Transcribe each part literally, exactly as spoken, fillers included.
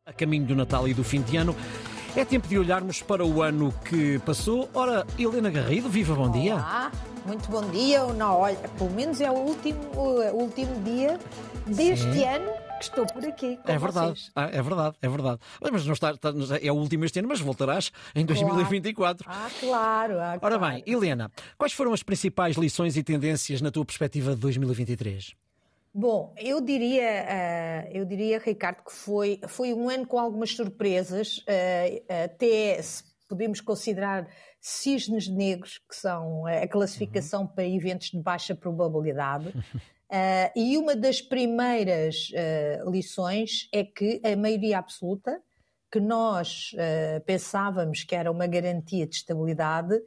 A caminho do Natal e do fim de ano, é tempo de olharmos para o ano que passou. Ora, Helena Garrido, viva, bom dia. Olá, muito bom dia. Não, olha, pelo menos é o último, o último dia deste Sim. ano que estou por aqui com É verdade, vocês. ah, é verdade, é verdade. Mas não está, está, é o último este ano, mas voltarás em dois mil e vinte e quatro. Ah, claro. Ah, Ora claro. bem, Helena, quais foram as principais lições e tendências na tua perspectiva de dois mil e vinte e três? Bom, eu diria, uh, eu diria, Ricardo, que foi, foi um ano com algumas surpresas, uh, até se podemos considerar cisnes negros, que são a classificação uhum. para eventos de baixa probabilidade. Uh, e uma das primeiras uh, lições é que a maioria absoluta, que nós uh, pensávamos que era uma garantia de estabilidade, uh,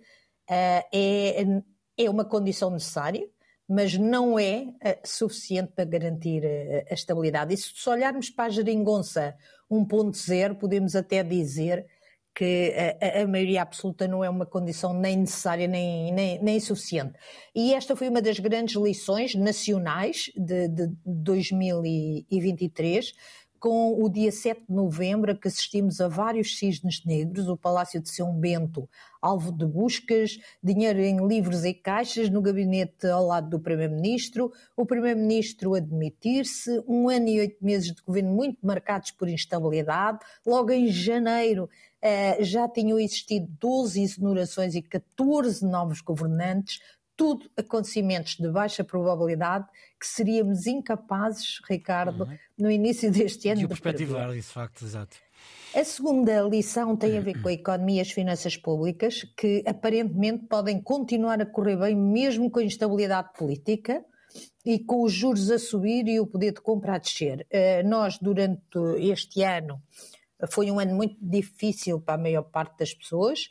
é, é uma condição necessária, mas não é uh, suficiente para garantir uh, a estabilidade. E se olharmos para a geringonça um ponto zero, podemos até dizer que a, a maioria absoluta não é uma condição nem necessária nem, nem, nem suficiente. E esta foi uma das grandes lições nacionais de, de dois mil e vinte e três, com o dia sete de novembro, a que assistimos a vários cisnes negros, o Palácio de São Bento, alvo de buscas, dinheiro em livros e caixas, no gabinete ao lado do Primeiro-Ministro, o Primeiro-Ministro a demitir-se, um ano e oito meses de governo muito marcados por instabilidade. Logo em janeiro eh, já tinham existido doze exonerações e catorze novos governantes, tudo acontecimentos de baixa probabilidade que seríamos incapazes, Ricardo, uhum. no início deste ano de de perspectivar isso, de facto, exato. A segunda lição tem a ver com a economia e as finanças públicas, que aparentemente podem continuar a correr bem mesmo com a instabilidade política e com os juros a subir e o poder de compra a descer. Nós, durante este ano, foi um ano muito difícil para a maior parte das pessoas,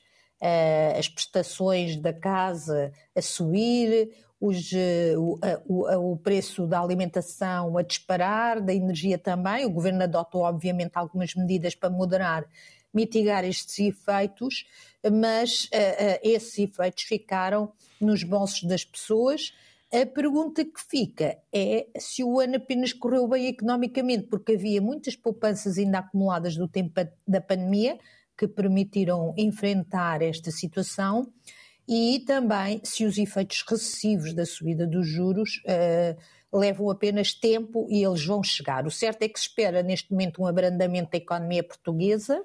as prestações da casa a subir, os, o, o, o preço da alimentação a disparar, da energia também. O governo adotou, obviamente, algumas medidas para moderar, mitigar estes efeitos, mas uh, uh, esses efeitos ficaram nos bolsos das pessoas. A pergunta que fica é se o ano apenas correu bem economicamente, porque havia muitas poupanças ainda acumuladas do tempo da pandemia, que permitiram enfrentar esta situação, e também se os efeitos recessivos da subida dos juros uh, levam apenas tempo e eles vão chegar. O certo é que se espera neste momento um abrandamento da economia portuguesa,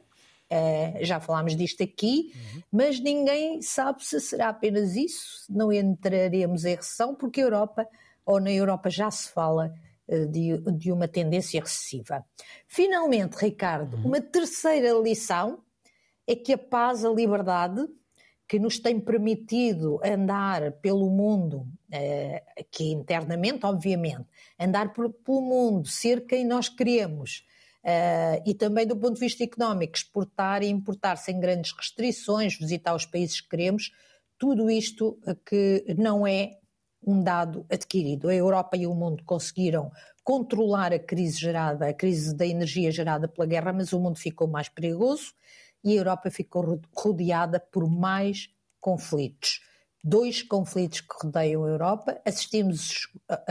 uh, já falámos disto aqui, uhum. mas ninguém sabe se será apenas isso, não entraremos em recessão, porque a Europa, ou na Europa já se fala uh, de, de uma tendência recessiva. Finalmente, Ricardo, uhum. uma terceira lição é que a paz, a liberdade, que nos tem permitido andar pelo mundo, eh, aqui internamente, obviamente, andar por, pelo mundo, ser quem nós queremos, eh, e também do ponto de vista económico, exportar e importar sem grandes restrições, visitar os países que queremos, tudo isto que não é um dado adquirido. A Europa e o mundo conseguiram controlar a crise gerada, a crise da energia gerada pela guerra, mas o mundo ficou mais perigoso, e a Europa ficou rodeada por mais conflitos. Dois conflitos que rodeiam a Europa. Assistimos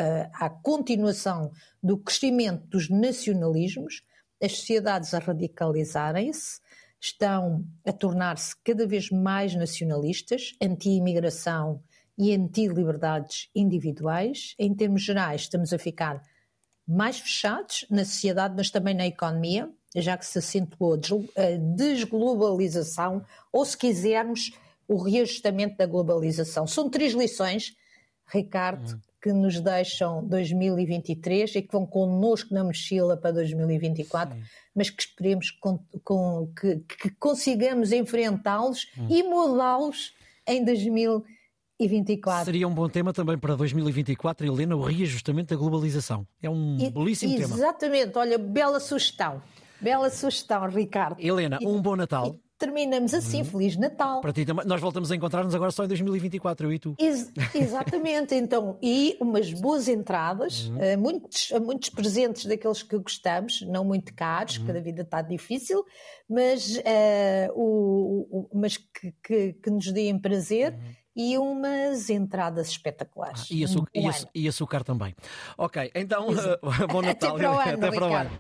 à continuação do crescimento dos nacionalismos, as sociedades a radicalizarem-se, estão a tornar-se cada vez mais nacionalistas, anti-imigração e anti-liberdades individuais. Em termos gerais, estamos a ficar mais fechados na sociedade, mas também na economia, já que se acentuou a desglobalização, ou se quisermos, o reajustamento da globalização. São três lições, Ricardo, uhum. que nos deixam dois mil e vinte e três e que vão connosco na mochila para dois mil e vinte e quatro, Sim. mas que esperemos com, com, que, que consigamos enfrentá-los uhum. e mudá-los em dois mil e vinte e quatro. Seria um bom tema também para dois mil e vinte e quatro, Helena, o reajustamento da globalização. É um e, belíssimo exatamente, tema. Exatamente, olha, bela sugestão. Bela sugestão, Ricardo. Helena, e, um bom Natal. Terminamos assim, uhum. Feliz Natal. Para ti também. Nós voltamos a encontrar-nos agora só em dois mil e vinte e quatro, eu e tu. Ex- exatamente, então, e umas boas entradas, uhum. uh, muitos, muitos presentes daqueles que gostamos, não muito caros, uhum. porque a vida está difícil, mas, uh, o, o, mas que, que, que nos deem prazer. Uhum. E umas entradas espetaculares. Ah, e, açúcar, um, um e, açúcar, e açúcar também. Ok, então, uh, bom Natal. Até para o ano, Até para o ano.